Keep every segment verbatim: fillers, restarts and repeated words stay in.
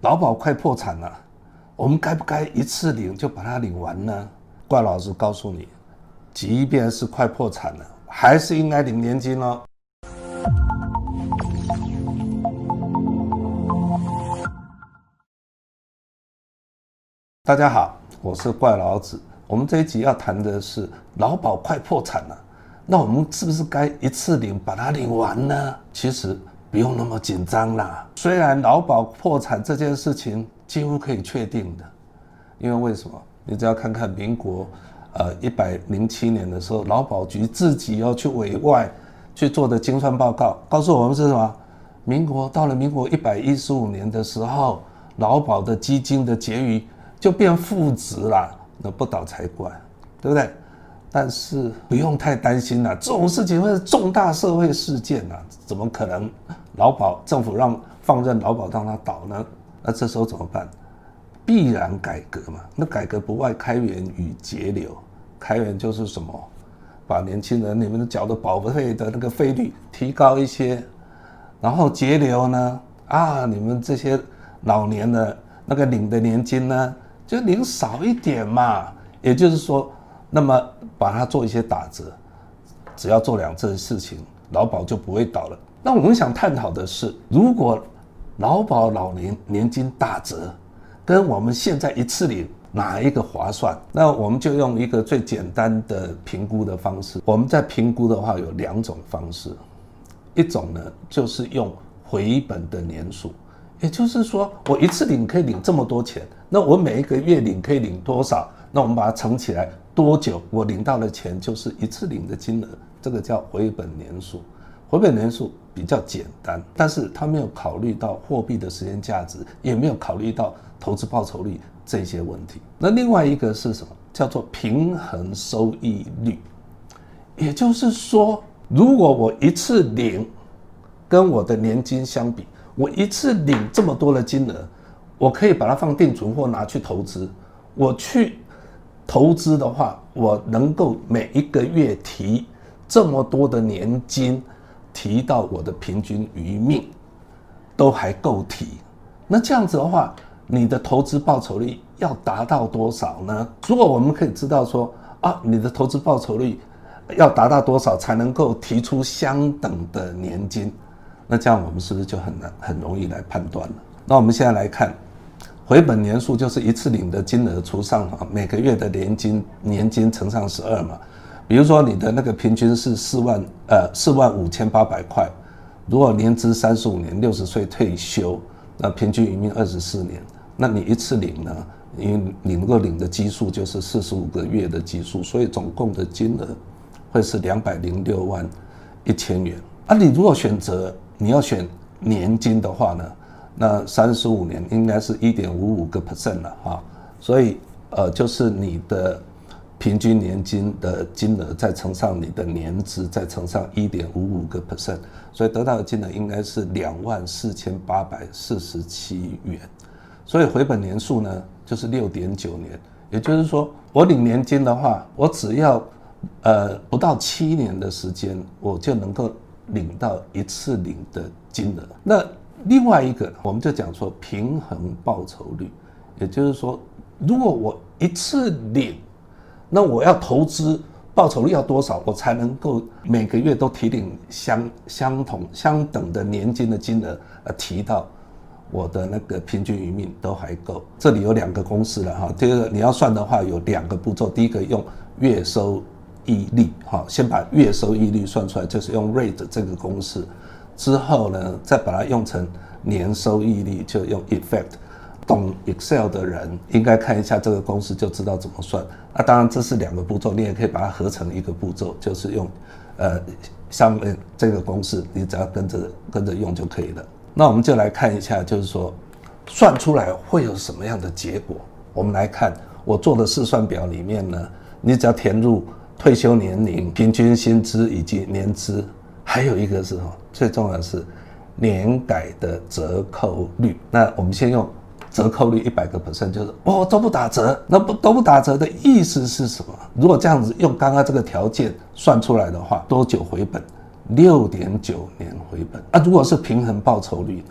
劳保快破产了，我们该不该一次领就把它领完呢？怪老师告诉你，即便是快破产了，还是应该领年金哦。大家好，我是怪老子。我们这一集要谈的是劳保快破产了，那我们是不是该一次领把它领完呢？其实不用那么紧张啦。虽然劳保破产这件事情几乎可以确定的，因为为什么？你只要看看民国呃一百零七年的时候，劳保局自己要去委外去做的精算报告，告诉我们是什么？民国到了民国一百一十五年的时候，劳保的基金的结余就变负值了，那不倒才怪，对不对？但是不用太担心了，这种事情会是重大社会事件啊，怎么可能劳保政府让放任劳保让它倒呢？那这时候怎么办？必然改革嘛。那改革不外开源与节流，开源就是什么？把年轻人你们缴的保费的那个费率提高一些，然后节流呢？啊，你们这些老年的那个领的年金呢？就领少一点嘛，也就是说，那么把它做一些打折，只要做两件事情，劳保就不会倒了。那我们想探讨的是，如果劳保老年年金打折，跟我们现在一次领哪一个划算？那我们就用一个最简单的评估的方式。我们在评估的话有两种方式，一种呢就是用回本的年数。也就是说，我一次领可以领这么多钱，那我每一个月领可以领多少？那我们把它乘起来，多久我领到的钱就是一次领的金额，这个叫回本年数。回本年数比较简单，但是它没有考虑到货币的时间价值，也没有考虑到投资报酬率这些问题。那另外一个是什么？叫做平衡收益率。也就是说，如果我一次领跟我的年金相比，我一次领这么多的金额，我可以把它放定存或拿去投资。我去投资的话，我能够每一个月提这么多的年金，提到我的平均余命都还够提。那这样子的话，你的投资报酬率要达到多少呢？如果我们可以知道说啊，你的投资报酬率要达到多少才能够提出相等的年金，那这样我们是不是就很难很容易来判断了？那我们现在来看，回本年数就是一次领的金额除上每个月的年金，年金乘上十二嘛。比如说你的那个平均是四万呃四万五千八百块，如果年资三十五年，六十岁退休，那平均余命二十四年，那你一次领呢，因为你能够领的基数就是四十五个月的基数，所以总共的金额会是两百零六万一千元。啊，你如果选择你要选年金的话呢，那三十五年应该是 百分之一点五五 了哈，所以呃就是你的平均年金的金额再乘上你的年资再乘上 百分之一点五五， 所以得到的金额应该是两万四千八百四十七元。所以回本年数呢就是 六点九年，也就是说我领年金的话，我只要呃不到七年的时间，我就能够领到一次领的金额。那另外一个我们就讲说平衡报酬率，也就是说如果我一次领，那我要投资报酬率要多少，我才能够每个月都提领相相同相等的年金的金额，呃，提到我的那个平均余命都还够。这里有两个公式了哈，第二个你要算的话有两个步骤，第一个用月收益率，先把月收益率算出来，就是用 rate 这个公式，之后呢再把它用成年收益率，就用 effect。懂 Excel 的人应该看一下这个公式就知道怎么算。那当然这是两个步骤，你也可以把它合成一个步骤，就是用呃上面这个公式，你只要跟着跟着用就可以了。那我们就来看一下，就是说算出来会有什么样的结果。我们来看我做的试算表里面呢，你只要填入退休年龄、平均薪资以及年资，还有一个是最重要的是年改的折扣率。那我们先用折扣率 百分之百， 就是哦都不打折。那不都不打折的意思是什么？如果这样子用刚刚这个条件算出来的话，多久回本？ 六点九 年回本啊。如果是平衡报酬率呢，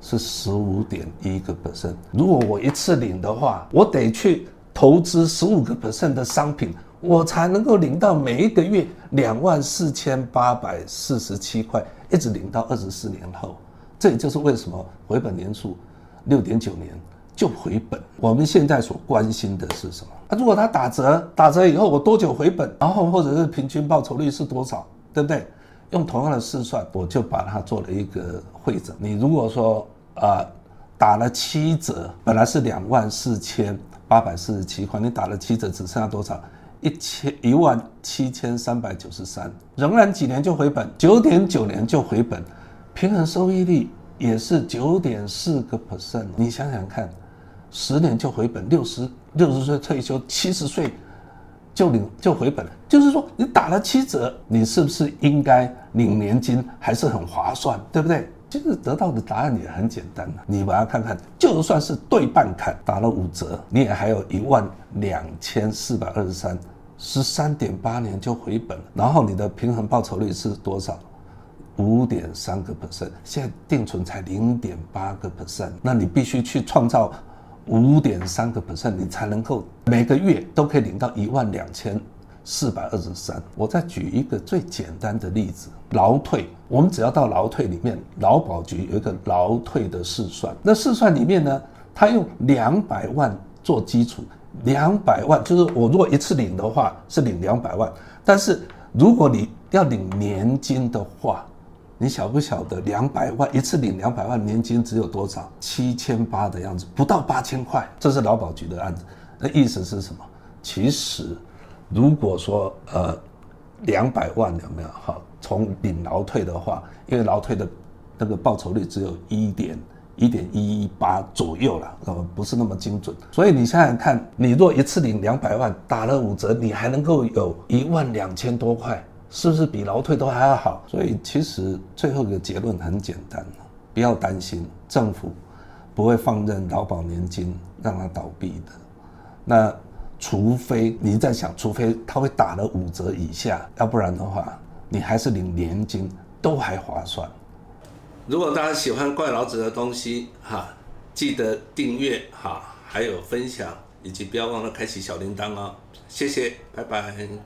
是十五点一个 percent。如果我一次领的话，我得去投资十五个 percent 的商品，我才能够领到每一个月两万四千八百四十七块，一直领到二十四年后。这也就是为什么回本年数六点九年就回本。我们现在所关心的是什么？啊，如果它打折，打折以后我多久回本？然后或者是平均报酬率是多少，对不对？用同样的试算，我就把它做了一个汇整。你如果说啊、呃、打了七折，本来是两万四千八百四十七块，你打了七折只剩下多少？一千一万七千三百九十三，仍然几年就回本，九点九年就回本，平衡收益率也是九点四个 percent。你想想看，十年就回本，六十六十岁退休，七十岁就领就回本，就是说你打了七折，你是不是应该领年金还是很划算，对不对？其实得到的答案也很简单，你把它看看，就算是对半砍打了五折，你也还有一万两千四百二十三，十三点八年就回本，然后你的平衡报酬率是多少？五点三个 percent， 现在定存才零点八个 percent， 那你必须去创造五点三个 percent， 你才能够每个月都可以领到一万两千四百二十三。我再举一个最简单的例子，劳退，我们只要到劳退里面，劳保局有一个劳退的试算，那试算里面呢，它用两百万做基础，两百万就是我如果一次领的话是领两百万，但是如果你要领年金的话，你晓不晓得两百万一次领两百万年金只有多少？七千八的样子，不到八千块。这是劳保局的案子，那意思是什么？其实如果说呃两百万有没有哈？从领劳退的话，因为劳退的那个报酬率只有一点一点一一八左右啦，呃不是那么精准。所以你想想看，你若一次领两百万，打了五折，你还能够有一万两千多块。是不是比劳退都还要好？所以其实最后一个结论很简单，不要担心，政府不会放任劳保年金让它倒闭的。那除非你在想，除非它会打了五折以下，要不然的话，你还是领年金都还划算。如果大家喜欢怪老子的东西哈，记得订阅哈，还有分享，以及不要忘了开启小铃铛哦。谢谢，拜拜。